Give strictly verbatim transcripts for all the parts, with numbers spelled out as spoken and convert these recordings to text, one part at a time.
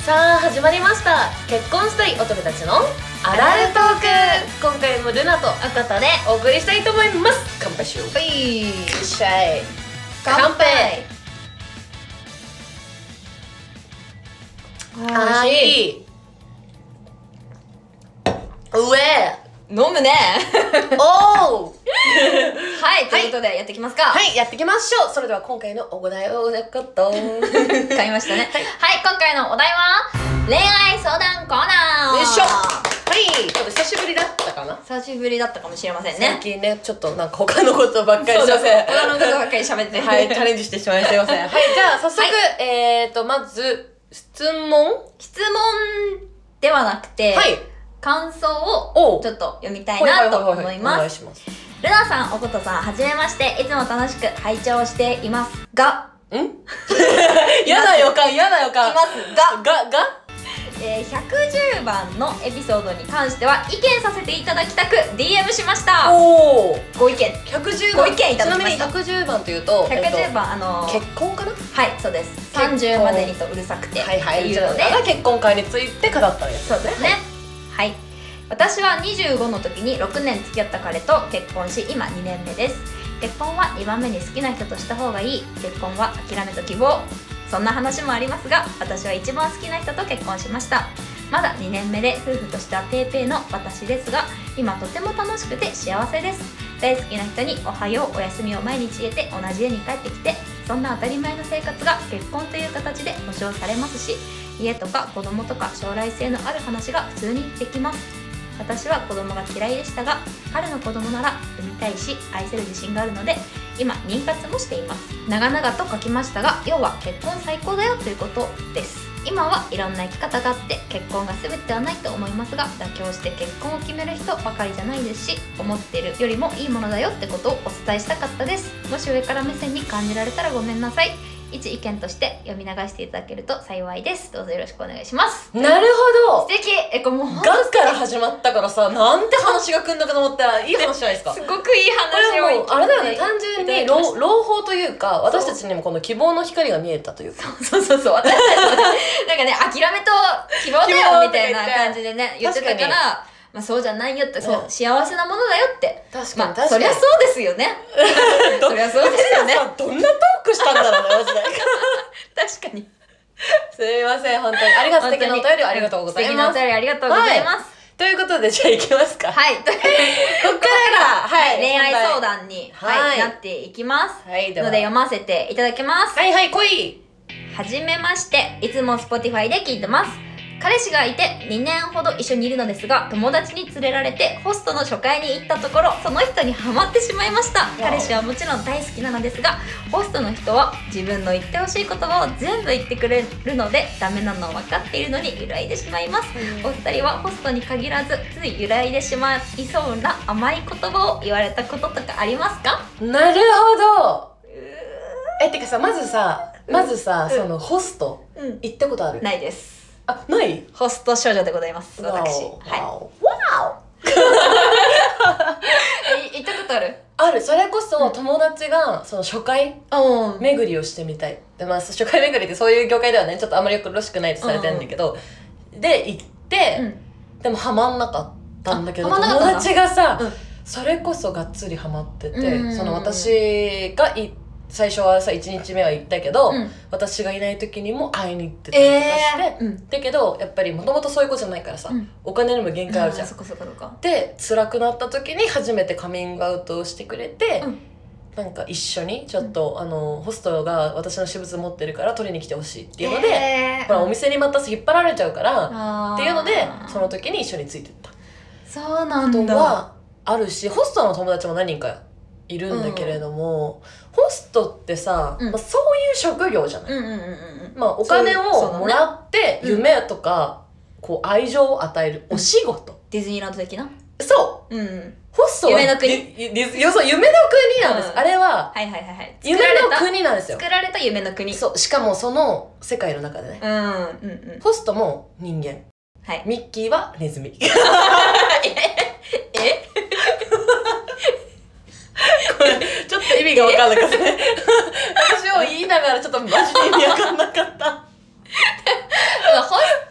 さあ始まりました。結婚したい乙女たちのアダルトーク。今回もルナと赤とでお送りしたいと思います。乾杯しよう。 はい、 いっしゃい。 乾杯。 あーいい。うえ飲むねおーはい、ということでやっていきますか。 はい、やっていきましょう。それでは今回のお題をのこと買いましたね。はい、はい、今回のお題は恋愛相談コーナー。 よいしょ。はい、ちょっと久しぶりだったかな。 久しぶりだったかもしれませんね。 最近ね、ちょっとなんか他のことばっかりしません。 他のことばっかり喋ってはい、チャレンジしてしまいすいません。はい、じゃあ早速、はい、えーとまず質問質問ではなくて、はい、感想をちょっと読みたいなと思います。ルナさん、おことさん、はじめまして。いつも楽しく拝聴していますが、 ん嫌な予感、嫌な予感。 いますが、 が、がえー、ひゃくじゅうばんのエピソードに関しては意見させていただきたく ディーエム しました。 おー、 ご意見ひゃくじゅうばん、 ご意見いただきました。 ちなみにひゃくじゅうばんというとひゃくじゅうばん、あのー、 結婚かな。 はい、そうです。さんじゅうまでにとうるさくてはいはい、 いうので、 結婚会について語ったんです。 そうですね。はい、私はにじゅうごの時にろくねん付き合った彼と結婚し、今にねんめです。結婚はにばんめに好きな人とした方がいい、結婚は諦めと希望、そんな話もありますが、私は一番好きな人と結婚しました。まだにねんめで夫婦としてはペーペーの私ですが、今とても楽しくて幸せです。大好きな人におはようおやすみを毎日言えて、同じ家に帰ってきて、そんな当たり前の生活が結婚という形で保証されますし、家とか子供とか将来性のある話が普通にできます。私は子供が嫌いでしたが、彼の子供なら産みたいし愛せる自信があるので、今妊活もしています。長々と書きましたが、要は結婚最高だよということです。今はいろんな生き方があって結婚が全てではないと思いますが、妥協して結婚を決める人ばかりじゃないですし、思っているよりもいいものだよってことをお伝えしたかったです。もし上から目線に感じられたらごめんなさい。一意見として読み流していただけると幸いです。どうぞよろしくお願いします。 なるほど。 素敵。え、これもうガッから始まったからさ、なんて話が来んだかと思ったらいい話じゃないですか。 すごくいい話を。 これもうあれだよね、単純に朗朗報というか、私たちにもこの希望の光が見えたというか。 そうそうそう、私たちもなんかね、諦めと希望だよみたいな感じでね言ってたから、まあそうじゃないよって、そう幸せなものだよって。 確かに、 まあそりゃそうですよね。そりゃそうですよね。 どんなトークしたんだろうね、マジで。 確かに。 すみません、本当にありがとう。素敵なお便りありがとうございます。 素敵なお便りありがとうございます。 はい、ということで、じゃあ行きますか。 はい。ここからが、はい、 恋愛相談に、はい、なっていきます。 はい、ではので読ませていただきます。 はいはい、来い。 はじめまして、いつも Spotify で聞いてます。彼氏がいてにねんほど一緒にいるのですが、友達に連れられてホストの初回に行ったところ、その人にハマってしまいました。彼氏はもちろん大好きなのですが、ホストの人は自分の言ってほしい言葉を全部言ってくれるので、ダメなのは分かっているのに揺らいでしまいます。お二人はホストに限らずつい揺らいでしまいそうな甘い言葉を言われたこととかありますか？ なるほど。え、てかさ、まずさ、まずさ、うん、そのホスト、うん、行ったことある？ ないです。 あ、ない？ ホスト少女でございます、私。はい。 わお。 行ったことある？ ある。それこそ友達がその初回巡りをしてみたい。で、まあ初回巡りってそういう業界ではね、ちょっとあんまりよろしくないとされてるんだけど、で行って、うん、でもハマんなかったんだけど、友達がさ、うん、それこそがっつりハマってて、その私が行って。最初はさいちにちめは行ったけど、うん、私がいない時にも会いに行ってたりとかして、えーうん、だけどやっぱりもともとそういう子じゃないからさ、うん、お金にも限界あるじゃん。 そこそこそこで辛くなった時に初めてカミングアウトをしてくれて、うん、なんか一緒にちょっと、うん、あのホストが私の私物持ってるから取りに来てほしいっていうので、えー、ほらお店にまた引っ張られちゃうからっていうので、その時に一緒についてった。 そうなんだ。 ことはあるし、ホストの友達も何人かいるんだけれども、うん、ホストってさ、うん、まあ、そういう職業じゃない、うんうんうんうん、まあ、お金をもらって夢とか、ね、こう愛情を与えるお仕事、うん、 ディズニーランド的な。 そう、うん、ホストは夢の国。 よそ夢の国なんです、うん、あれは、 はいはいはいはい、 夢の国なんですよ。 作られた夢の国。 そう、しかもその世界の中でね、うんうんうん、ホストも人間、はい、ミッキーはネズミ。ええこれちょっと意味が分かんなかったね。私を言いながらちょっとマジで意味分かんなかった。 ホス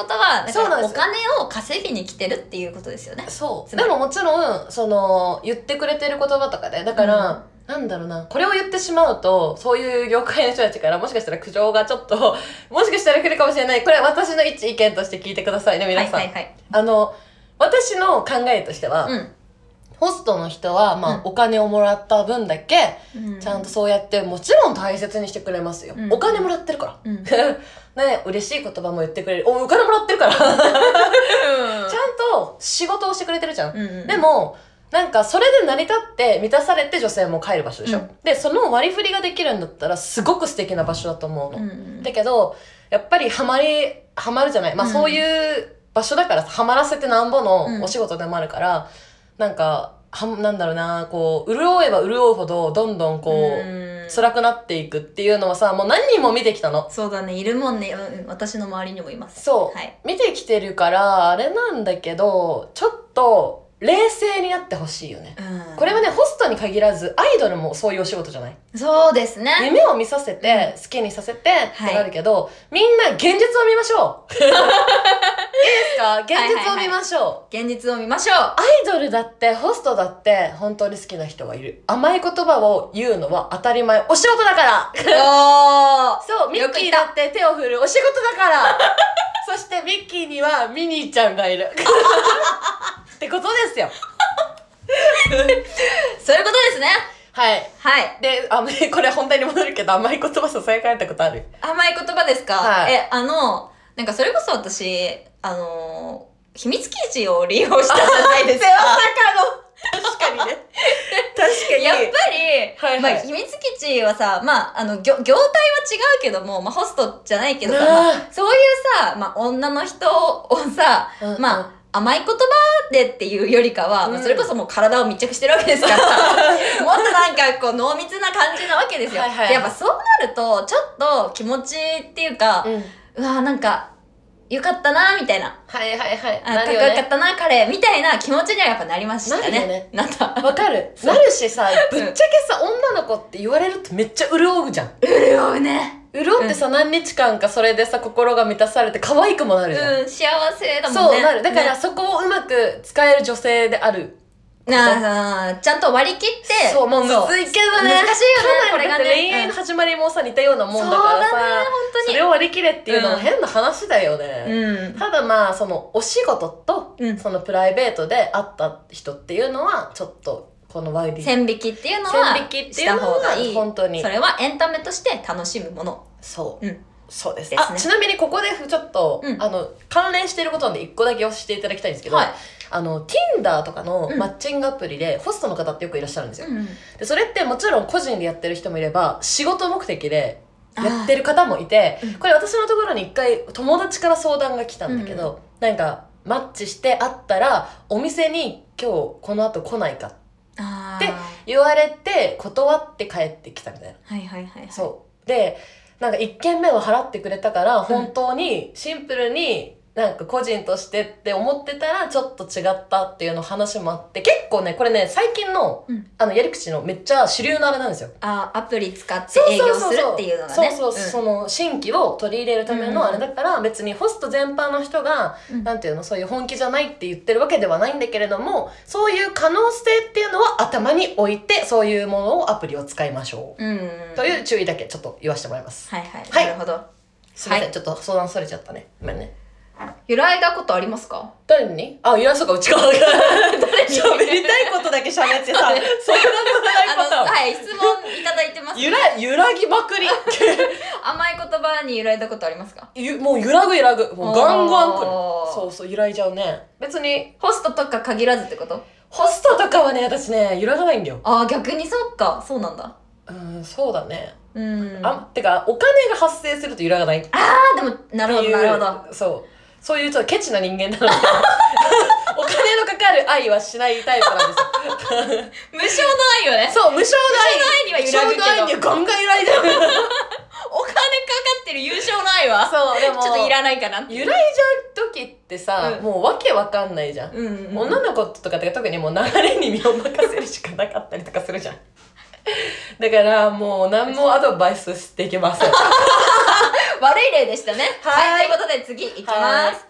ことはだからお金を稼ぎに来てるっていうことですよね。 そうでももちろんその言ってくれてる言葉とかでだから、うんなんだろうな、これを言ってしまうと、そういう業界の人たちからもしかしたら苦情がちょっと、もしかしたら来るかもしれない。これは私の一意見として聞いてくださいね、皆さん。はいはいはい。あの、私の考えとしては、うん、ホストの人は、まあ、うん、お金をもらった分だけ、うん、ちゃんとそうやって、もちろん大切にしてくれますよ。うん、お金もらってるから。うん、ね、嬉しい言葉も言ってくれる。お、お金もらってるから。ちゃんと仕事をしてくれてるじゃん。うんうん、でも、なんかそれで成り立って満たされて女性も帰る場所でしょ、うん、でその割り振りができるんだったらすごく素敵な場所だと思うの、うんうん、だけどやっぱりハマりハマるじゃない、まあ、そういう場所だからハマらせてなんぼのお仕事でもあるから、うん、なんかはなんだろうなこう潤えば潤うほどどんどんこう、うん、辛くなっていくっていうのはさもう何人も見てきたの。 そうだねいるもんね、うん、私の周りにもいます。 そう、はい、見てきてるからあれなんだけどちょっと冷静になってほしいよね、うん、これはねホストに限らずアイドルもそういうお仕事じゃない。 そうですね。 夢を見させて、うん、好きにさせてってなるけど、はい、みんな現実を見ましょういいですか現実を見ましょう、はいはいはい、現実を見ましょう。アイドルだってホストだって本当に好きな人はいる。甘い言葉を言うのは当たり前お仕事だからそうミッキーだって手を振るお仕事だからそしてミッキーにはミニーちゃんがいるってことですよそういうことですね。 はいはいであこれ本題に戻るけど甘い言葉ささやかれたことある。 甘い言葉ですか、はい、えあのなんかそれこそ私あの秘密基地を利用したじゃないですか確かにね確かにやっぱり、はいはい、まあ、秘密基地はさまああの業業態は違うけども、まあ、ホストじゃないけどさ、まあ、そういうさ、まあ、女の人をさ、うんうん、まあ甘い言葉でっていうよりかは、うんまあ、それこそもう体を密着してるわけですからもっとなんかこう濃密な感じなわけですよ。はいはいはい、でやっぱそうなるとちょっと気持ちっていうか、うん、うわなんかよかったなみたいな。 はいはいはい。 あ、かっこよかったな彼みたいな気持ちにはやっぱなりましたね。なるよね。 なった。わかる。なるしさ、ぶっちゃけさ、女の子って言われるとめっちゃ潤うじゃん。 潤うね。 潤ってさ、うん、何日間かそれでさ心が満たされて可愛くもなるじゃん。 うん、幸せだもんね。 そうなる。だから、ね、そこをうまく使える女性である。 なあちゃんと割り切ってそうもうむずいけどね難しいよねこれがね。 恋愛の始まりもさ似たようなもんだからさ、 そうだね、本当にそれを割り切れっていうのも変な話だよね、 うん、 ただまあそのお仕事と、うん、そのプライベートで会った人っていうのはちょっとこの割り線引きっていうのは線引きっていうのは本当にそれはエンタメとして楽しむもの。 そう、うんそうです。 ですね、 あ、ちなみにここでちょっと、うん、あの関連していることなんで一個だけ教えていただきたいんですけど、はい、あの Tinder とかのマッチングアプリで、うん、ホストの方ってよくいらっしゃるんですよ、うんうん、でそれってもちろん個人でやってる人もいれば仕事目的でやってる方もいて、これ私のところに一回友達から相談が来たんだけど、うん、なんかマッチして会ったらお店に今日この後来ないかって言われて断って帰ってきたみたいな。 はいはいはい、はい、 そうでなんかいっけんめを払ってくれたから本当にシンプルになんか個人としてって思ってたらちょっと違ったっていうの話もあって、結構ねこれね最近の、うん、あのやり口のめっちゃ主流のあれなんですよ。 あアプリ使って営業するっていうのがね。 そうそうそう、うん、その新規を取り入れるためのあれだから、うん、別にホスト全般の人が、うん、なんていうのそういう本気じゃないって言ってるわけではないんだけれども、そういう可能性っていうのは頭に置いてそういうものをアプリを使いましょう、うん、という注意だけちょっと言わせてもらいます。 はいはい、はい、なるほど。 すいません、 はい、 ちょっと相談それちゃったね。ごめんね。 揺らいだことありますか？ 誰に？あ、揺らそうか、うちから。誰に喋りたいことだけ喋ってさ、そんなことないこと。 はい、質問いただいてます、ね。 揺ら、揺らぎまくり。 甘い言葉に揺らいだことありますか？ ゆもう揺らぐ揺らぐ。もうガンガンくる。そうそう、揺らいじゃうね。別に。 ホストとか限らずってこと？ ホストとかはね、私ね、揺らがないんだよ。 あ、逆にそっか、そうなんだ。 うん、そうだね。 うん。 あ、てか、お金が発生すると揺らがない。 あー、でも、なるほど、なるほど。 そう。そういうちょっとケチな人間なのでお金のかかる愛はしないタイプなんですよ無償の愛よね。 そう、無償の愛。無償の愛には揺らぐけど、無償の愛にはガンガン揺らいでるお金かかってる優勝の愛はそう、でもちょっといらないかなっていう。 揺らいじゃう時ってさ、うん、もうわけわかんないじゃん、うんうんうん、女の子とかって特にもう流れに身を任せるしかなかったりとかするじゃんだからもう何もアドバイスしていけません悪い例でしたね。はい、はい、ということで次いきます。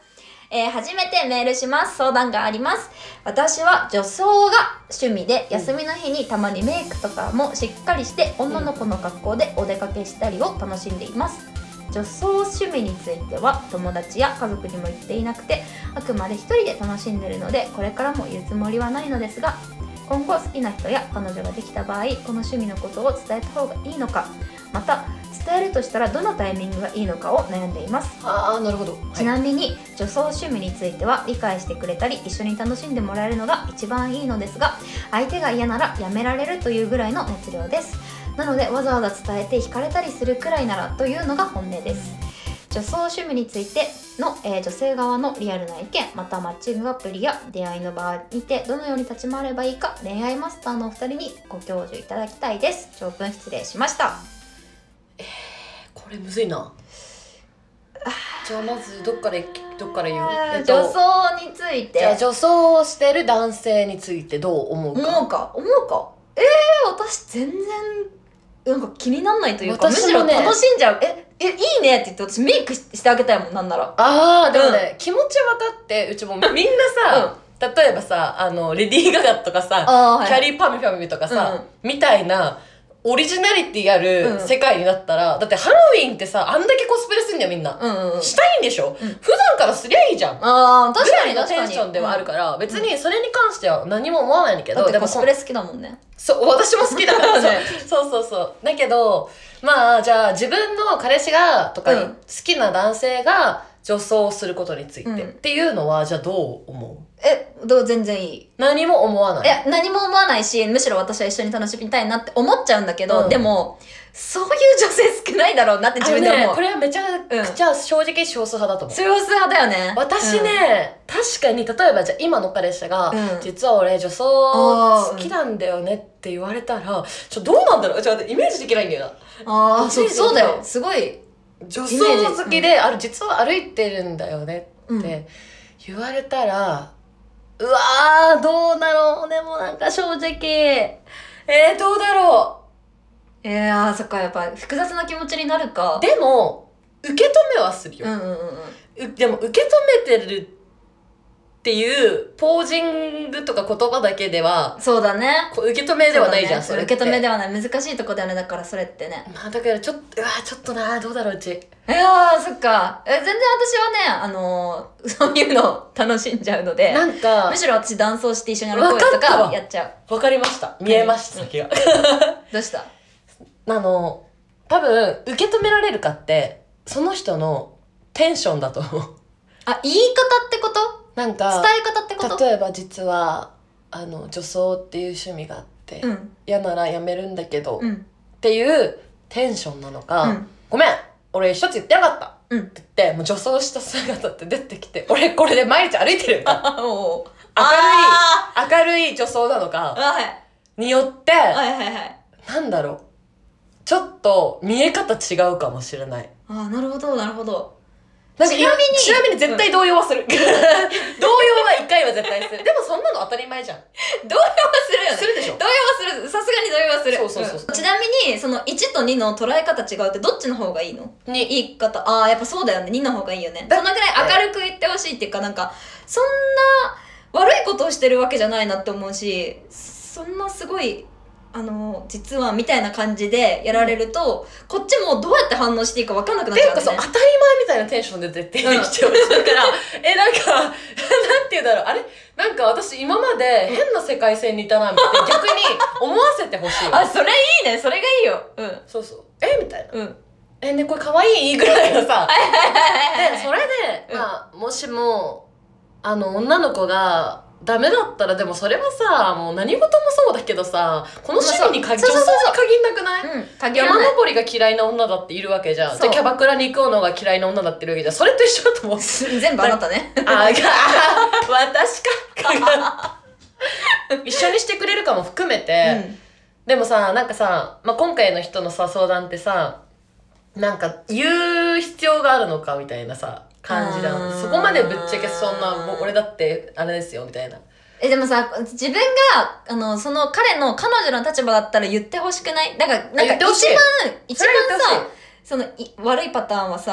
えー、初めてメールします。相談があります。私は女装が趣味で、休みの日にたまにメイクとかもしっかりして女の子の格好でお出かけしたりを楽しんでいます。女装趣味については友達や家族にも言っていなくて、あくまで一人で楽しんでいるので、これからも言うつもりはないのですが、今後好きな人や彼女ができた場合、この趣味のことを伝えた方がいいのか、また伝えるとしたらどのタイミングがいいのかを悩んでいます。 ああ、なるほど、はい、 ちなみに女装趣味については理解してくれたり一緒に楽しんでもらえるのが一番いいのですが、相手が嫌ならやめられるというぐらいの熱量です。なのでわざわざ伝えて惹かれたりするくらいならというのが本音です。女装趣味についての、えー、女性側のリアルな意見、またマッチングアプリや出会いの場にてどのように立ち回ればいいか、恋愛マスターのお二人にご教授いただきたいです。長文失礼しました。 えー、これむずいな。じゃあまずどっからどっから言う、 えっと、女装について。 じゃあ女装をしてる男性についてどう思うか思うか思うかえー、私全然なんか気になんないというか、ね、むしろ楽しんじゃう。ええいいねって言って私メイクしてあげたいもん、なんなら。 ああでもね、うん、気持ち分かって、うちもみんなさ、うん、例えばさあのレディー・ガガとかさ、はい、キャリー・パミュパミュとかさ、うん、みたいなオリジナリティある世界になったら、うん、だってハロウィンってさ、あんだけコスプレすんだよみんな、うんうん、したいんでしょ、うん、普段からすりゃいいじゃん。 あ確かにぐらいのテンションではあるから、うん、別にそれに関しては何も思わないんだけど、 だってコスプレ好きだもんね。 そう私も好きだからね、そうそうそうだけど、まあじゃあ自分の彼氏がとか、うん、好きな男性が女装することについて、うん、っていうのはじゃあどう思う？ えどう全然いい。 何も思わない。 いや何も思わないし、むしろ私は一緒に楽しみたいなって思っちゃうんだけど、うん、でもそういう女性少ないだろうなって自分で思う。 ね、これはめちゃくちゃ正直少数派だと思う。 少数派だよね。 私ね、うん、確かに例えばじゃあ今の彼氏が、うん、実は俺女装好きなんだよねって言われたら、ちょどうなんだろう、ちょっとイメージできないんだよな。 ああそうそうだよ、すごい女装好きで、うん、ある実は歩いてるんだよねって言われたら、うん、うわーどうだろう。でもなんか正直えー、どうだろう。えー、あーそっか、やっぱ複雑な気持ちになるか。 でも受け止めはするよ、 うんうんうん、 でも受け止めてるっていうポージングとか言葉だけではそうだね、 受け止めではないじゃん、 そ,、ね、 それって受け止めではない、難しいとこだよね。だからそれってね、 まあだからちょっとうわちょっとなどうだろううち。いやーそっか、え全然私はねあのー、そういうの楽しんじゃうので、 なんかむしろ私ダンスをして一緒に歩こうとかやっちゃう。わかりました、見えました、先がどうした？ あの多分受け止められるかってその人のテンションだと思う。 あ、言い方ってこと？なんか伝え方ってこと？ 例えば実はあの女装っていう趣味があって、うん、嫌ならやめるんだけど、うん、っていうテンションなのか、うん、ごめん俺一つ言ってなかった、うん、って言ってもう女装した姿って出てきて、俺これで毎日歩いてるんだ明るい明るい女装なのかによって、はいはいはい、なんだろう、ちょっと見え方違うかもしれない。 ああなるほどなるほど。 ちなみにちなみに絶対動揺はする、うん、動揺はいっかいは絶対する。でもそんなの当たり前じゃん。 動揺はするよね。 するでしょ。 動揺はする、さすがに動揺はする。 そうそうそう、うん、 ちなみにそのいちとにの捉え方違うってどっちの方がいいの？に言い方。ああやっぱそうだよね、にの方がいいよね。そのぐらい明るく言ってほしいっていうか、なんかそんな悪いことをしてるわけじゃないなって思うし、そんなすごいあの実はみたいな感じでやられると、うん、こっちもどうやって反応していいか分かんなくなっちゃうんだよね。 ていうかそう当たり前みたいなテンションで絶対できちゃう、うん、だからえなんかなんて言うんだろう、あれなんか私今まで変な世界線にいたなって逆に思わせてほしいあそれいいね、それがいいよ。うんそうそう、えみたいな、うん、えねこれ可愛いぐらいのさでそれで、まあ、もしもあの女の子がダメだったら、でもそれはさもう何事もそうだけどさ、この趣味に限女装に限んなくない？うん、限らない。山登りが嫌いな女だっているわけじゃん。じゃあキャバクラに行くのが嫌いな女だっているわけじゃん。それと一緒だと思う。 全部あなたね。 ああ私か一緒にしてくれるかも含めて、うん、でもさなんかさ、まあ、今回の人のさ相談ってさ、なんか言う必要があるのかみたいなさ感じだ。そこまでぶっちゃけそんなもう俺だってあれですよみたいな。 えでもさ自分があのその彼の彼女の立場だったら言ってほしくない？なんかなんか一番一番さそのい悪いパターンはさ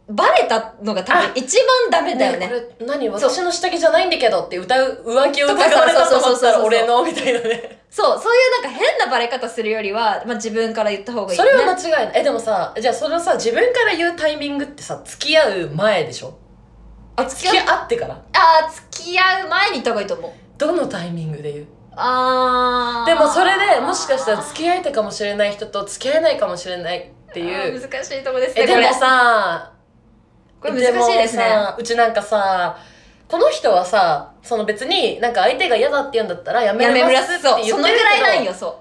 バレたのが多分一番ダメだよね。 ねこれ何私の下着じゃないんだけどって歌う浮気を疑われたと思ったら俺のみたいなね。 そう、そういうなんか変なバレ方するよりは、まあ、自分から言った方がいい、ね。 それは間違いない。え、でもさ、じゃあそれをさ、自分から言うタイミングってさ、付き合う前でしょ？あ、付き合ってから？ あー、付き合う前に言った方がいいと思う。 どのタイミングで言う？ あー。 でもそれでもしかしたら付き合えたかもしれない人と付き合えないかもしれないっていう。 難しいとこですね。 え、でもさ、 これ難しいですね。 うちなんかさ、この人はさ、その別になんか相手が嫌だって言うんだったらやめますって言ってるけど、 そのぐらいないよ、そう。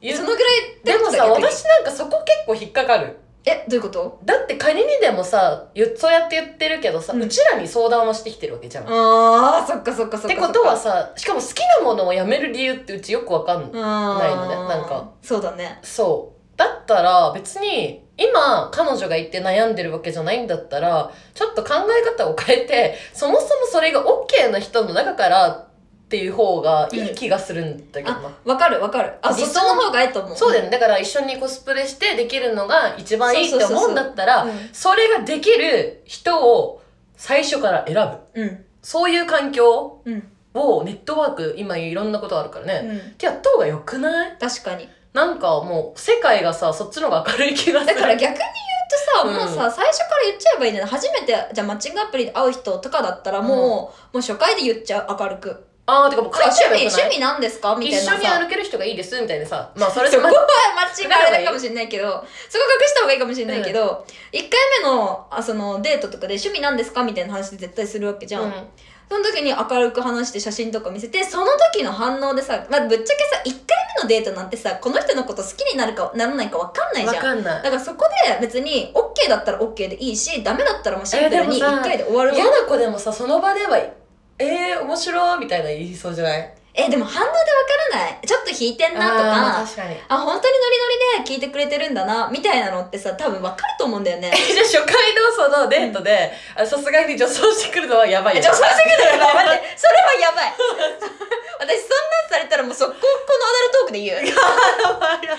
そのぐらいでもさ、私なんかそこ結構引っかかる。 え、どういうこと？ だって仮にでもさ、そうやって言ってるけどさ、うん、うちらに相談はしてきてるわけじゃん。 あー、そっかそっかそっか。 ってことはさ、しかも好きなものをやめる理由ってうちよくわかんないのね、なんか。 そうだね。 そう。だったら別に、今彼女がいて悩んでるわけじゃないんだったら、ちょっと考え方を変えて、そもそもそれが OK な人の中からっていう方がいい気がするんだけどな。 わ、うん、かるわかる。あ、理想の方がいいと思う。 そうだよね。だから一緒にコスプレしてできるのが一番いいって思うんだったら、それができる人を最初から選ぶ。うん、そういう環境を、ネットワーク、今いろんなことあるからね。うん、ってやった方がよくない？ 確かに。 なんかもう世界がさ、そっちの方が明るい気がする。 だから逆に言うとさ、うん、もうさ、最初から言っちゃえばいいんだよ。初めてじゃあマッチングアプリで会う人とかだったらもう、うん、もう初回で言っちゃう、明るく。 あー、てかもう書いちゃえばよくない？趣味、趣味なんですかみたいなさ。 一緒に歩ける人がいいですみたいなさ。まあそれそこはマッチングあれかもしれないけど、そこ隠した方がいいかもしれないけど、いっかいめのあそのデートとかで趣味なんですかみたいな話で絶対するわけじゃん。うん、その時に明るく話して写真とか見せて、その時の反応でさ、まあ、ぶっちゃけさ、いっかいめのデートなんてさ、この人のこと好きになるかならないか分かんないじゃん。 分かんない。 だからそこで別に OK だったら OK でいいし、ダメだったらもうシンプルにいっかいで終わるわ。 嫌な子でもさ、その場では、えー、面白いみたいな言いそうじゃない？ え、でも反応で分からない。ちょっと引いてんなとか、あ、 まあ、確かに。 あ、本当にノリノリで聞いてくれてるんだな、みたいなのってさ、多分分かると思うんだよね。 じゃあ初回のそのデートで、さすがに女装してくるのはやばいよ。 女装してくるのはやばい。それはやばい。私そんなんされたらもう速攻このアダルトークで言う。やばい。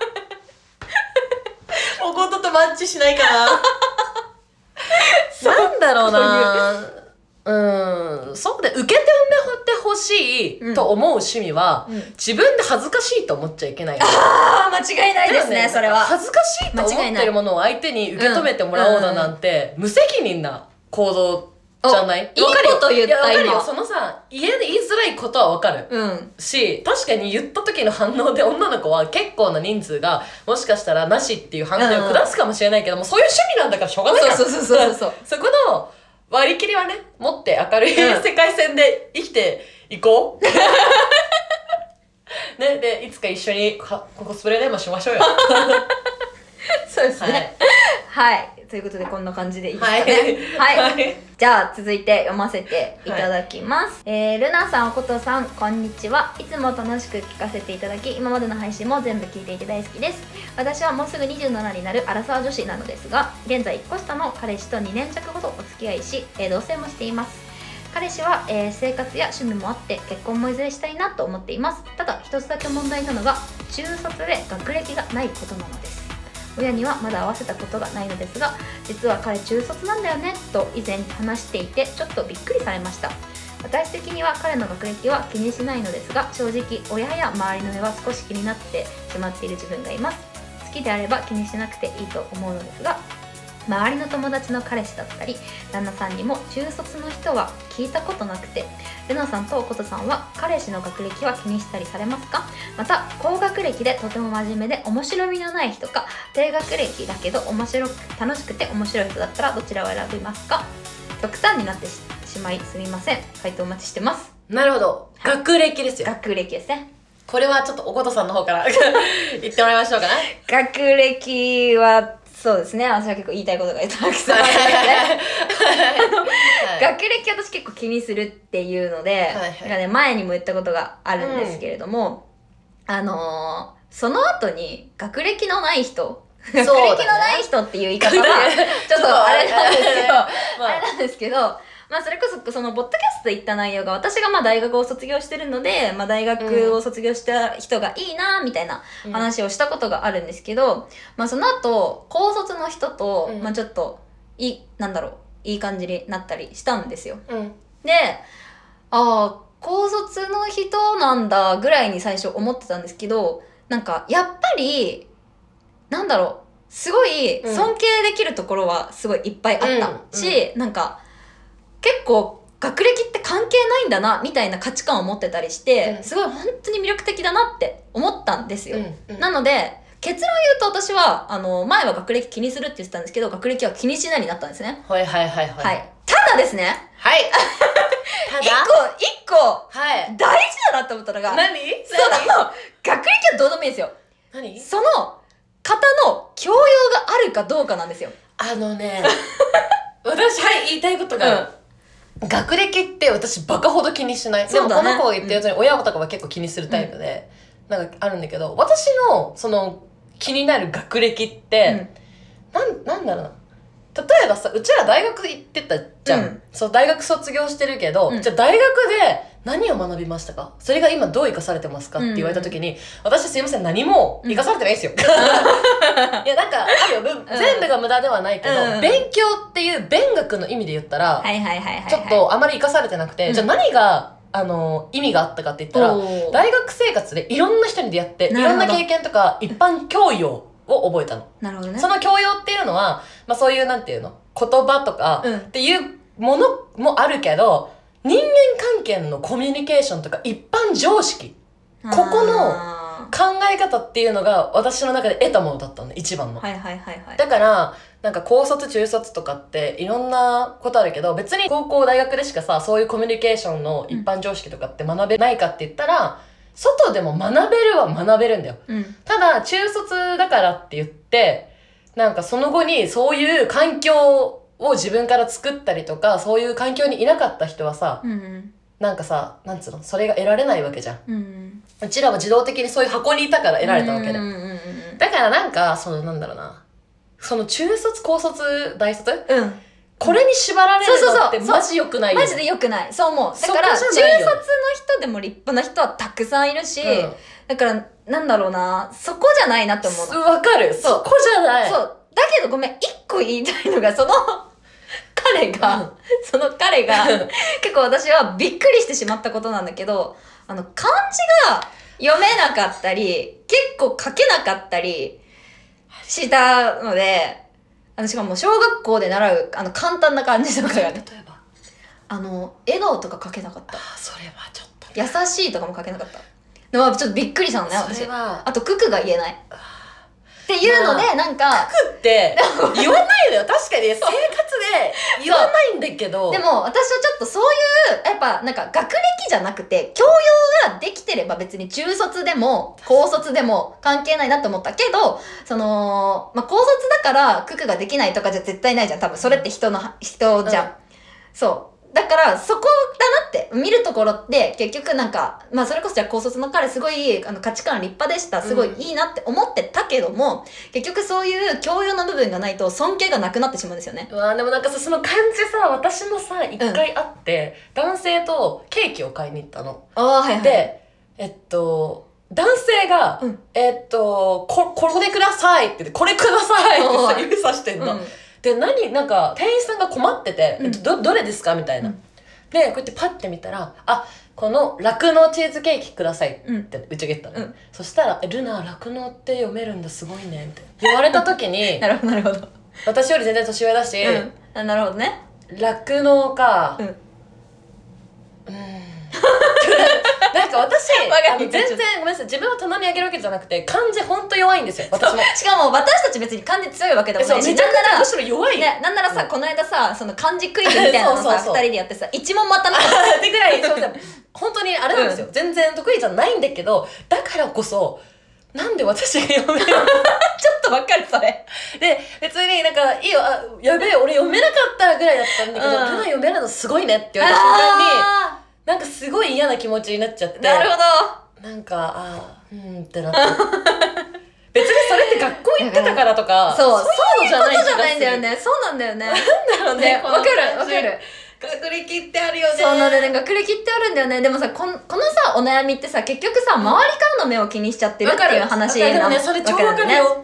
おこととマッチしないかな。なんだろうな。うん、そうで受け止めてほしいと思う趣味は、うん、自分で恥ずかしいと思っちゃいけない。 ああ、間違いないですね、それは。 恥ずかしいと思ってるものを相手に受け止めてもらおうだなんて、うん、無責任な行動じゃない？ いいこと言った今。 いや、わかるよ。そのさ、家で言いづらいことはわかる。うん。し、確かに言った時の反応で女の子は結構な人数が、もしかしたらなしっていう判定を下すかもしれないけども、うん、そういう趣味なんだからしょうがないから。 そうそうそうそうそう。 そこの、割り切りはね、持って明るい世界線で生きていこう。ね、で、いつか一緒にコスプレでもしましょうよ。 そうですね。はい。はい。ということで、こんな感じでいいですかね。はい。はいはい、じゃあ、続いて読ませていただきます。はい、えー、ルナさん、おことさん、こんにちは。いつも楽しく聞かせていただき、今までの配信も全部聞いていて大好きです。私はもうすぐにじゅうななになるアラサー女子なのですが、現在いっこ下の彼氏とにねん弱ほどお付き合いし、えー、同棲もしています。彼氏は、えー、生活や趣味もあって結婚もいずれしたいなと思っています。ただ一つだけ問題なのが中卒で学歴がないことなのです。親にはまだ合わせたことがないのですが、実は彼中卒なんだよねと以前話していてちょっとびっくりされました。私的には彼の学歴は気にしないのですが、正直親や周りの目は少し気になってしまっている自分がいます。好きであれば気にしなくていいと思うのですが、周りの友達の彼氏だったり旦那さんにも中卒の人は聞いたことなくて、ルナさんとおことさんは彼氏の学歴は気にしたりされますか？また高学歴でとても真面目で面白みのない人か、低学歴だけど面白く楽しくて面白い人だったらどちらを選びますか？極端になって し, しまいすみません。回答お待ちしてます。 なるほど、はい、学歴ですよ。 学歴ですね。 これはちょっとおことさんの方から言ってもらいましょうかね。 学歴はそうですね、私は結構言いたいことがたくさんあるので、はい、学歴私結構気にするっていうので、はいはい、なんかね、前にも言ったことがあるんですけれども、うん、あのー、その後に学歴のない人、学歴のない人っていう言い方はちょっとあれなんですけど、まあ、あれなんですけど、まあそれこそそのポッドキャストで言った内容が、私がまあ大学を卒業してるので、まあ大学を卒業した人がいいなみたいな話をしたことがあるんですけど、うん、まあその後高卒の人と、うん、まあちょっといいなんだろういい感じになったりしたんですよ、 うん、 でああ高卒の人なんだぐらいに最初思ってたんですけど、なんかやっぱりなんだろうすごい尊敬できるところはすごいいっぱいあったし、うんうん、なんか結構学歴って関係ないんだなみたいな価値観を持ってたりして、うん、すごい本当に魅力的だなって思ったんですよ、うんうん、なので結論言うと私はあの前は学歴気にするって言ってたんですけど、学歴は気にしないになったんですね。 はいはいはいはい、 はい、ただですね、 はいただ一個一個、はい、大事だなって思ったのが、 何その学歴はどうでもいいんですよ。 何その方の教養があるかどうかなんですよ。 あのね私はい言いたいことが、うん、学歴って私バカほど気にしない、ね、でもこの子が言ったように親とかは結構気にするタイプで、うん、なんかあるんだけど、私のその気になる学歴って、うん、なん、なんだろうな、例えばさ、うちら大学行ってたじゃん、うん、そう大学卒業してるけど、うん、じゃあ大学で何を学びましたか、それが今どう生かされてますかって言われた時に、うん、私すいません何も生かされてないですよ、うん、いやなんかあるよ、うん、全部が無駄ではないけど、うん、勉強っていう勉学の意味で言ったらちょっとあまり生かされてなくて、うん、じゃあ何があの意味があったかって言ったら、大学生活でいろんな人に出会っていろんな経験とか一般教養を覚えたの。 なるほどね。 その教養っていうのは、まあ、そういうなんていうの言葉とかっていうものもあるけど、うん、人間関係のコミュニケーションとか一般常識、ここの考え方っていうのが私の中で得たものだったのね、一番の。 はいはいはいはい。 だからなんか高卒中卒とかっていろんなことあるけど、別に高校大学でしかさそういうコミュニケーションの一般常識とかって学べないかって言ったら、うん、外でも学べるは学べるんだよ、うん、ただ中卒だからって言ってなんかその後にそういう環境を自分から作ったりとか、そういう環境にいなかった人はさ、うんうん、なんかさ、なんつうの、それが得られないわけじゃん、うんうん、うちらは自動的にそういう箱にいたから得られたわけで、うんうんうんうん、だからなんかそのなんだろうな、その中卒高卒大卒、うん、これに縛られるのってマジ良くないよ、ね、 マジで良くない。そう思う。だから中卒の人でも立派な人はたくさんいるし、うん、だからなんだろうな、そこじゃないなって思うの。 わかる。そこじゃない。 そう。だけどごめん、一個言いたいのが、その彼が、うん、その彼が結構私はびっくりしてしまったことなんだけど、あの漢字が読めなかったり結構書けなかったりしたので、あのしかも小学校で習うあの簡単な漢字とかが、ね、例えばあの笑顔とか書けなかった。 あ、それはちょっと優しいとかも書けなかったのはちょっとびっくりしたのね、私。あとククが言えないっていうので、まあ、なんかククって言わないのよ確かに生活で言わないんだけどでも私はちょっとそういうやっぱなんか学歴じゃなくて教養ができてれば別に中卒でも高卒でも関係ないなと思ったけど、その、まあ、高卒だからククができないとかじゃ絶対ないじゃん、多分それって人の人じゃん、うん、そうだからそこだなって見るところって結局なんかまあそれこそじゃあ高卒の彼すごいあの価値観立派でした、すごいいいなって思ってたけども、うん、結局そういう教養の部分がないと尊敬がなくなってしまうんですよね。 うわでもなんかさ、その感じさ、私もさ一回会って、うん、男性とケーキを買いに行ったの。 あ、はいはい、 でえっと男性が、うん、えっとここれくださいって言ってこれくださいってさ指さしてんの、うん、で何なんか店員さんが困ってて、うん、ど, どれですかみたいな、うん、でこうやってパッて見たら、あ、この酪農チーズケーキくださいって打ち上げたの、うん、そしたらルナ酪農って読めるんだすごいねって言われた時になるほどなるほど、 私より全然年上だし、 うん、なるほどね、 酪農か、うん、うーんなんか私あの全然ごめんなさい、自分を棚に上げるわけじゃなくて漢字ほんと弱いんですよ私も。 しかも私たち別に漢字強いわけでもないし、 めちゃくちゃむしろ弱い、 ね、なんならさ、うん、この間さその漢字クイズみたいなのさそうそうそうふたりでやってさ一問も当たんなかったってぐらいそうそう本当にあれなんですよ、うん、全然得意じゃないんだけど、だからこそなんで私が読めるのちょっとばっかりそれで別になんかいいよ、あやべえ俺読めなかったぐらいだったんだけど、うん、ルナ読めるのすごいねって言われた瞬間になんかすごい嫌な気持ちになっちゃって、 なるほど、 なんかああうんってなって別にそれって学校行ってたからとかそうそういうのじゃないことじゃないんだよね。そうなんだよね。 なんだろうね。 わ、ね、かるわかる。 学歴ってあるよね。 そうなんだよね。学歴ってあるんだよね。でもさ、この、このさお悩みってさ結局さ周りからの目を気にしちゃってるっていう話なわかるね。それ超わかるよ。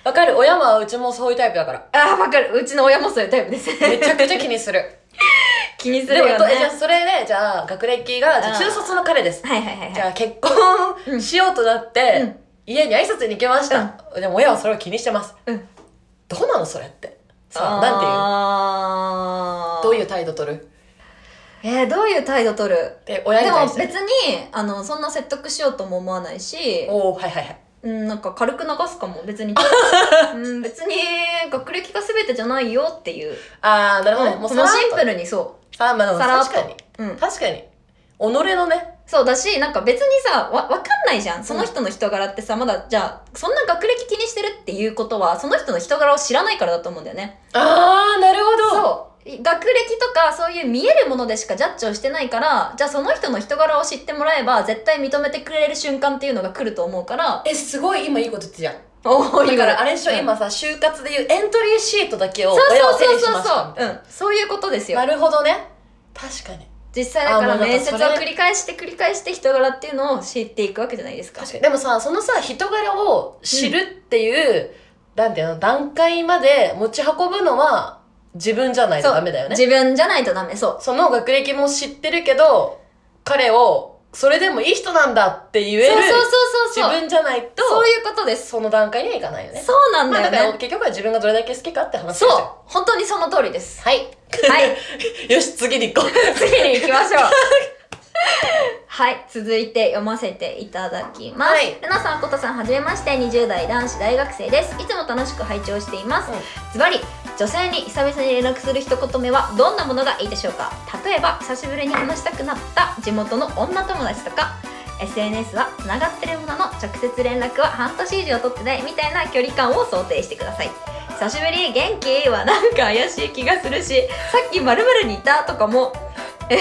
わかる。親はうちもそういうタイプだから。 あーわかる。うちの親もそういうタイプです。 めちゃくちゃ気にする。 気にするよね。 でも、じゃあそれで、じゃあ学歴が、じゃあ中卒の彼です。 はいはいはい、はい。 じゃあ結婚しようとなって、うん、家に挨拶に行きました。うん、でも親はそれを気にしてます。うん、どうなのそれって。さあ、なんて言う？どういう態度取る？ えー、どういう態度取る？ で、親に対して。 でも別に、あの、そんな説得しようとも思わないし、 おー、はいはいはい。 うん、なんか軽く流すかも。別に。うん、別に、学歴が全てじゃないよっていう。 あー、なるほどね。 うん、もうシンプルにそう。 あー、まあ、 さらっと。 確かに。うん。確かに。己のね。 そうだし、なんか別にさ、わ、わかんないじゃん。その人の人柄ってさ、まだ、じゃあ、そんな学歴気にしてるっていうことは、その人の人柄を知らないからだと思うんだよね。 あー、なるほど。 そう。学歴とかそういう見えるものでしかジャッジをしてないから、じゃあその人の人柄を知ってもらえば絶対認めてくれる瞬間っていうのが来ると思うから。 え、すごい今いいこと言ってじゃん。おだからあれでしょ、うん、今さ、就活でいうエントリーシートだけを親を手にしましたみたいな。 うん、そういうことですよ。 なるほどね。確かに。 実際だから面接を繰り返して繰り返して人柄っていうのを知っていくわけじゃないですか。 確かに。でもさ、そのさ、人柄を知るっていう、うん、なんていうの、段階まで持ち運ぶのは自分じゃないとダメだよね。 自分じゃないとダメ。そう。 その学歴も知ってるけど、彼をそれでもいい人なんだって言える。そうそうそうそう。自分じゃないと。 そういうことです。 その段階にはいかないよね。 そうなんだよね。 まあ、だから結局は自分がどれだけ好きかって話ですよ。そう。本当にその通りです。 はい。はい。よし、次に行こう。 次に行きましょう。はい、続いて読ませていただきます。はい、ルナさん、コタさん、はじめまして。にじゅう代男子大学生です。いつも楽しく拝聴しています。ズバリ、女性に久々に連絡する一言目はどんなものがいいでしょうか？例えば、久しぶりに話したくなった地元の女友達とか、エスエヌエス はつながってるものの直接連絡は半年以上取ってないみたいな距離感を想定してください。久しぶり、元気はなんか怪しい気がするし、さっき〇〇にいたとかも、え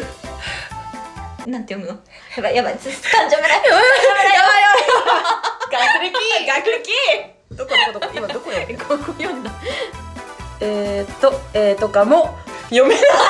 なんて読むの？やばいやばい、つかんじゃめない。やばいやばいやばい。学歴学歴どこどこどこ今どこ読んだ？ ここ読んだ。 えーっとえーとかも読めない。あんだ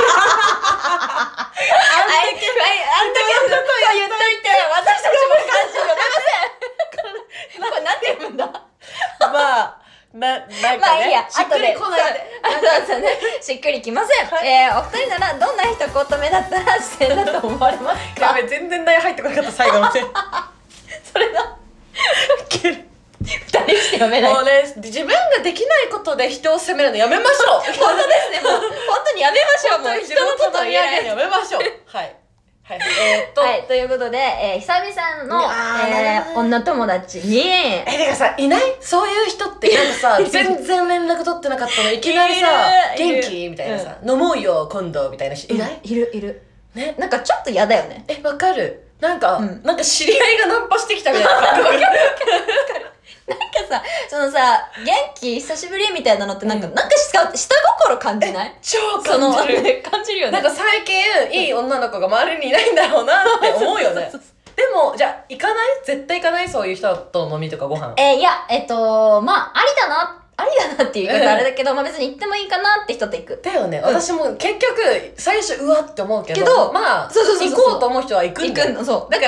けあんだけのこと言っといて私たちも漢字読めません。これなんて読むんだ？まあ。な、なんかね、 まあいいや、 しっくりこないで。 そうそうね、しっくりきません。はい、えー、お二人ならどんな一言目だったら自然だと思われますか？ やべ、全然内容入ってこなかった、最後まで。 それだ。二人して読めない。 もうね、自分ができないことで人を責めるのやめましょう。 本当ですね、もう、本当にやめましょう、もう人のことを言えない。 やめましょう。はい。はい、えー、っと、 はい、ということで、えー、久々の、えー、女友達にえ、てかさ、いない？そういう人ってなんかさ、全然連絡取ってなかったのいきなりさ、元気みたいなさ、飲もうよ今度みたいな人いない？ いるいるね、なんかちょっと嫌だよね。 え、わかる。なんか、なんか知り合いがナンパしてきたみたいな感覚。 なんかさ、そのさ、元気久しぶりみたいなのってなんか、うん、なんか下、下心感じない？ 超感じる。 ね、感じるよね。 なんか最近、いい女の子が周りにいないんだろうなって思うよね。でも、じゃあ、行かない？絶対行かない？そういう人と飲みとかご飯。 えー、いや、えっと、まあ、ありだな。ありだなっていう言い方あれだけど、まあ別に行ってもいいかなって人と行く。 だよね。うん、私も結局、最初、うわって思うけど、けどまあ、そうそうそうそう、行こうと思う人は行くんだよ。 行くの、そう。だから、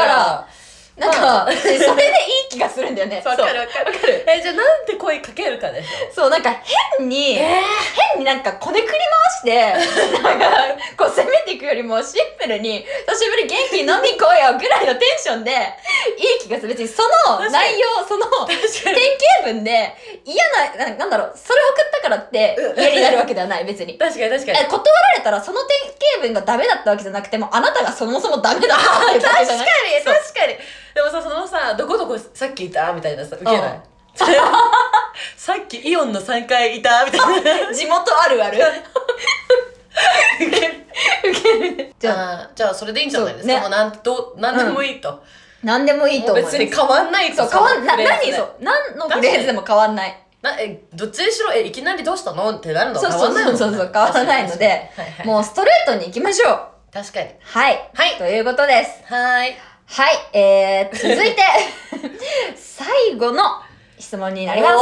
なんか、まあ、それでいい気がするんだよね。 わかるわかる。え、じゃあなんて声かけるかでしょ。 そう、なんか変に、えー、変になんかこねくり回して、なんか、こう攻めていくよりもシンプルに、久しぶり元気に飲み行こうよぐらいのテンションで、いい気がする。別にその内容、その典型文で嫌な、な、なんだろう、それ送ったからって嫌になるわけではない、別に。 確かに確かに。 断られたらその典型文がダメだったわけじゃなくても、あなたがそもそもダメだったっていうわけじゃない。 確かに、確かに。でもさ、そのさ、どこどこさっきいたみたいなさ、受けない？さっきイオンのさんかいいたみたいな。 地元あるある。 受ける。受ける。じゃあ、じゃあそれでいいんじゃないですか。ね、もうなんどなんでもいいと。 うん、なんでもいいと思う。 別に変わんないと。 そう、変わんない。何そう。何のフレーズでも変わんない。 なえどっちにしろえいきなりどうしたのってなるの変わんないの。そうそうそうそう、変わらないので、はいはい、もうストレートに行きましょう。 確かに。 はい。はい。ということです。 はい。 はい、えー、続いて最後の質問になります。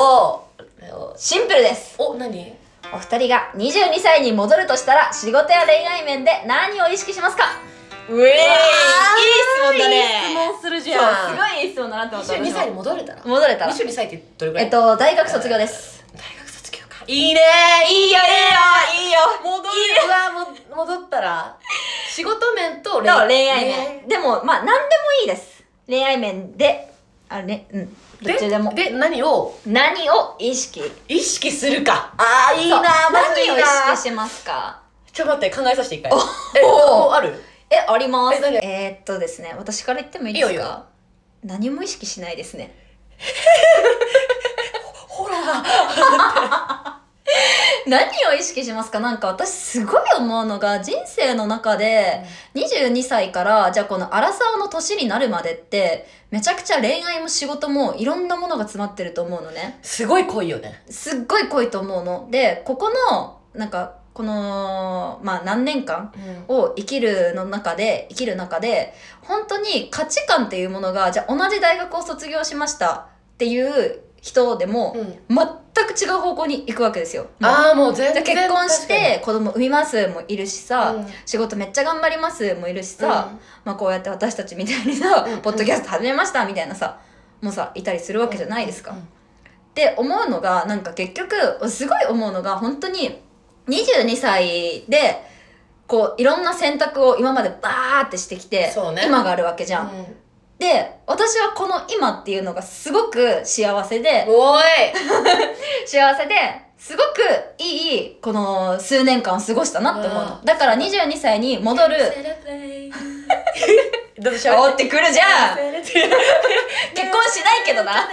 シンプルです。 お、何？ お二人がにじゅうにさいに戻るとしたら仕事や恋愛面で何を意識しますか？ うえーいい質問だね。 いい質問するじゃん。 そう、すごいいい質問だなって思った。 にじゅうにさいに戻れたら戻れたらにじゅうにさいってどれぐらい？ えっと大学卒業です。 大学卒業か。いいねー。いいよいいよいいよ。 戻るうわも戻ったら仕事面と恋愛面。でもまあ何でもいいです。恋愛面であれうん。どっちでも。 で、何を何を意識意識するか。あーいいなー。 何を意識しますか？ ちょっと待って考えさせて一回。えおある？ えあります。 ええー、っとですね私から言ってもいいですか？いいよいいよ。何も意識しないですね。 ほら何を意識しますか？なんか私すごい思うのが人生の中でにじゅうにさいからじゃあこのアラサーの年になるまでってめちゃくちゃ恋愛も仕事もいろんなものが詰まってると思うのね。 すごい濃いよね。 すっごい濃いと思うのでここのなんかこのまあ何年間を生きるの中で生きる中で本当に価値観っていうものがじゃあ同じ大学を卒業しましたっていう人でも、うん、全く違う方向に行くわけですよ。 ああもう全然。 結婚して子供産みますもいるしさ、うん、仕事めっちゃ頑張りますもいるしさ、うん、まあこうやって私たちみたいにさ、うん、ポッドキャスト始めましたみたいなさもうさいたりするわけじゃないですか。うんうん、って思うのがなんか結局すごい思うのが本当ににじゅうにさいでこういろんな選択を今までバーってしてきて、ね、今があるわけじゃん。うんで、私はこの今っていうのがすごく幸せで、 おい幸せで、すごくいい、この数年間を過ごしたなって思うの。だからにじゅうにさいに戻る。煽ってくるじゃん結婚しないけどな。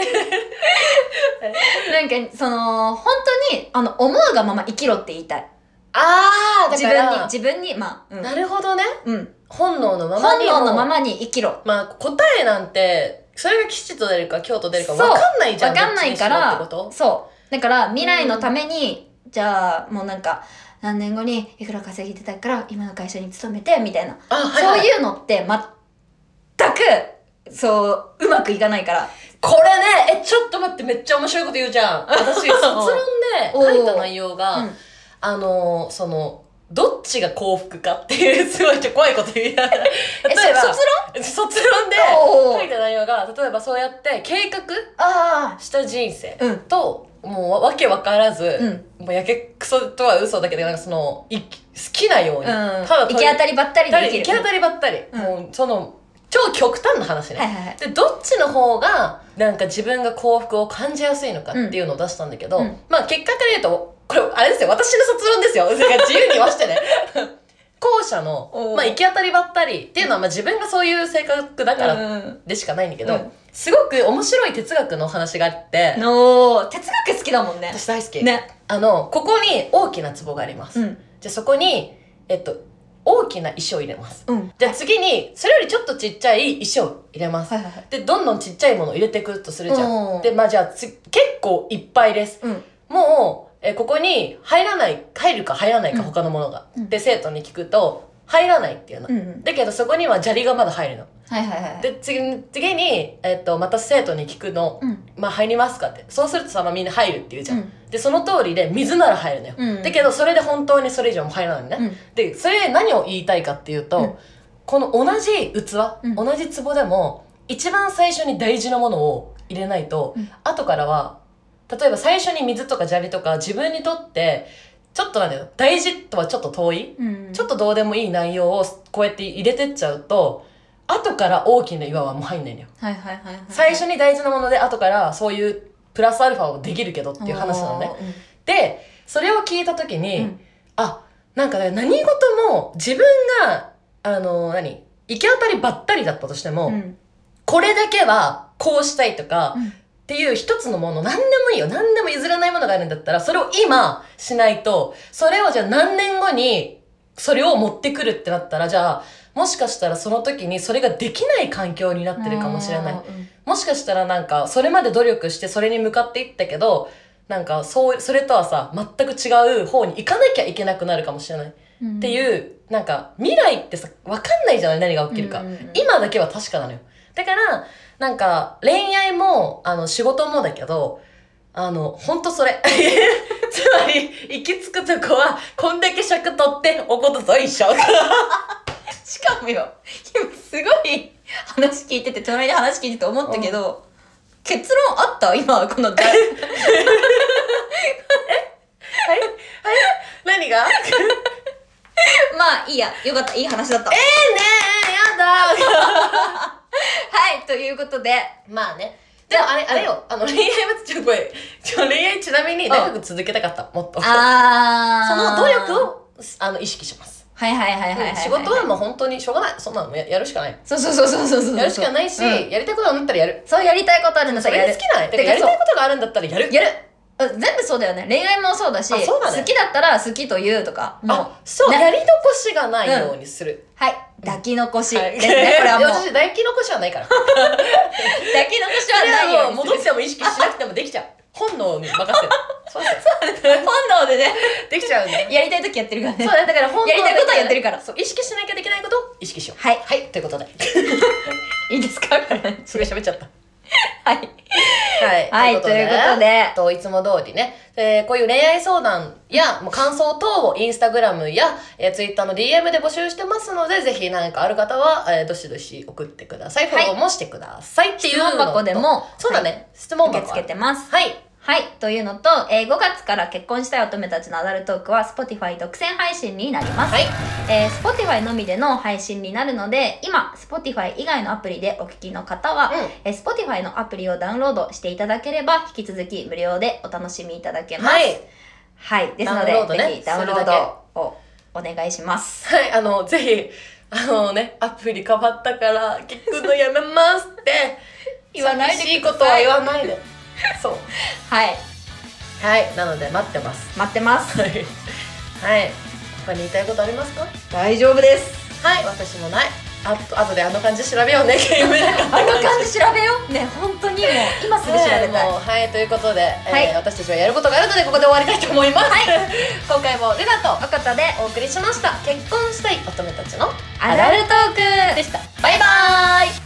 なんか、その、本当に、あの、思うがまま生きろって言いたい。 ああ、だから。 自分に、自分に、まあ、 うん、なるほどね。 うん。 本能のままに本能のままに生きろ。 まあ答えなんてそれが吉と出るか凶と出るか分かんないじゃん。 分かんないからそうだから未来のために、うん、じゃあもうなんか何年後にいくら稼ぎてたから今の会社に勤めてみたいな、はいはい、そういうのって全くそううまくいかないから。 これねえちょっと待ってめっちゃ面白いこと言うじゃん。私卒論で書いた内容が、うん、あのそのどっちが幸福かっていうすごい怖いこと言いながら例えば卒論卒論で書いた内容が例えばそうやって計画した人生と、うん、もうわけわからず、うん、もうやけくそとは嘘だけどなんかそのい好きなように、うん、 ただ行き当たりばったりで生きる。 行き当たりばったり、うん、もうその超極端な話ね、はいはいはい、でどっちの方がなんか自分が幸福を感じやすいのかっていうのを出したんだけど、うん、まあ結果から言うとこれあれですよ私の卒論ですよ。だから自由に言わしてね後者の、まあ、行き当たりばったりっていうのは、まあ、自分がそういう性格だからでしかないんだけど、うん、すごく面白い哲学の話があっての哲学好きだもんね。 私大好き、ね、あのここに大きな壺があります、うん、じゃあそこに、えっと、大きな石を入れます、うん、じゃあ次にそれよりちょっとちっちゃい石を入れます、はいはいはい、でどんどんちっちゃいものを入れていくとするじゃん。でまあじゃあつ結構いっぱいです、うん、もうえここに入らない入るか入らないか他のものが、うん、で生徒に聞くと入らないっていうの、うんうん、だけどそこには砂利がまだ入るの、はいはいはい、で 次, 次に、えっと、また生徒に聞くの、うん、まあ入りますかってそうするとさ、まあ、みんな入るって言うじゃん、うん、でその通りで水なら入るのよ、うんうん、だけどそれで本当にそれ以上も入らないのね、うん、でそれで何を言いたいかっていうと、うん、この同じ器、うん、同じ壺でも一番最初に大事なものを入れないと、うん、後からは例えば最初に水とか砂利とか自分にとってちょっとなんだよ大事とはちょっと遠い、うん、ちょっとどうでもいい内容をこうやって入れてっちゃうと後から大きな岩はもう入んないんだよ、はいはいはいはい、最初に大事なもので後からそういうプラスアルファをできるけどっていう話なのね、うん、でそれを聞いた時に、うん、あなんかね何事も自分があの何行き当たりばったりだったとしても、うん、これだけはこうしたいとか、うんっていう一つのもの何でもいいよ何でも譲らないものがあるんだったらそれを今しないとそれをじゃあ何年後にそれを持ってくるってなったらじゃあもしかしたらその時にそれができない環境になってるかもしれない、うん、もしかしたらなんかそれまで努力してそれに向かっていったけどなんかそうそれとはさ全く違う方に行かなきゃいけなくなるかもしれない、うん、っていうなんか未来ってさ分かんないじゃない何が起きるか、うんうんうん、今だけは確かなのよ。だからなんか恋愛もあの仕事もだけどあのほんとそれつまり行き着くとこはこんだけ尺取っておことと一緒尺しかもよ、今すごい話聞いてて、隣で話聞いてて思ったけど、うん、結論あった今、この大えはいはい何がまあいいや、よかった、いい話だった。 えーねー、やだはい、ということで。 まあね。でもあれ、あれよ、あの恋愛はちょっとこれ、ちょ恋愛ちなみに長く続けたかった、もっと。あー。その努力をあの意識します。 はいはいはいはいはい。 仕事はもう本当にしょうがない。そんなの や, やるしかない。 そうそうそうそうそうそう。 やるしかないし、うん、やりたいことがあるんだったらやる。 そう、やりたいことあるんだったらやる。 それ好きな、てかやりたいことがあるんだったらやる。 やる。全部そうだよね。恋愛もそうだし、そうだね、好きだったら好きと言うとか。 もうあ、そう、やり残しがないようにする。 うん、はい。抱き残しですね、これはもう。 私、抱き残しはないから。 抱き残しはないようにする。 戻っても意識しなくてもできちゃう。本能に任せる。 そうですよ。本能でね。 できちゃうんで。 やりたいときやってるからね。 そうだ、だから本能で。 やりたいことはやってるから。 そう、意識しなきゃできないことを意識しよう。 はい。 はい、ということで。 いいですかすごい喋っちゃった。 はい。はい。はい、ということで。 と、いつも通りね、えー、こういう恋愛相談や、もう感想等をインスタグラムや、えー、ツイッターの ディーエム で募集してますので、ぜひ何かある方は、えー、どしどし送ってください。フォローもしてください。っていうのと。 質問箱でも。 そうだね。はい、質問箱。 受け付けてます。 はい。 はい。というのと、えー、ごがつから結婚したい乙女たちのアダルトークは Spotify 独占配信になります。はい。えー、Spotify のみでの配信になるので、今、Spotify 以外のアプリでお聞きの方は、うん、えー、Spotify のアプリをダウンロードしていただければ、引き続き無料でお楽しみいただけます。はい。はい。ですので、ね、ぜひダウンロードをお願いします。 はい。あの、ぜひ、あのね、アプリ変わったから、聞くのやめますって言わないでください。寂しいことは言わないで。そう。 はい。 はい。なので、待ってます。 待ってます。 はい。はい。他に言いたいことありますか？ 大丈夫です。 はい。私もない。あと、あとであの感じ調べようね。ゲームで。あの感じ調べよう。ね、本当にもう、今すぐ調べたい。 はい、もうはい。ということで、はい、えー、私たちはやることがあるので、ここで終わりたいと思います。はい。今回もルナとおことでお送りしました。結婚したい乙女たちのアダルトークでした。 バイバーイ。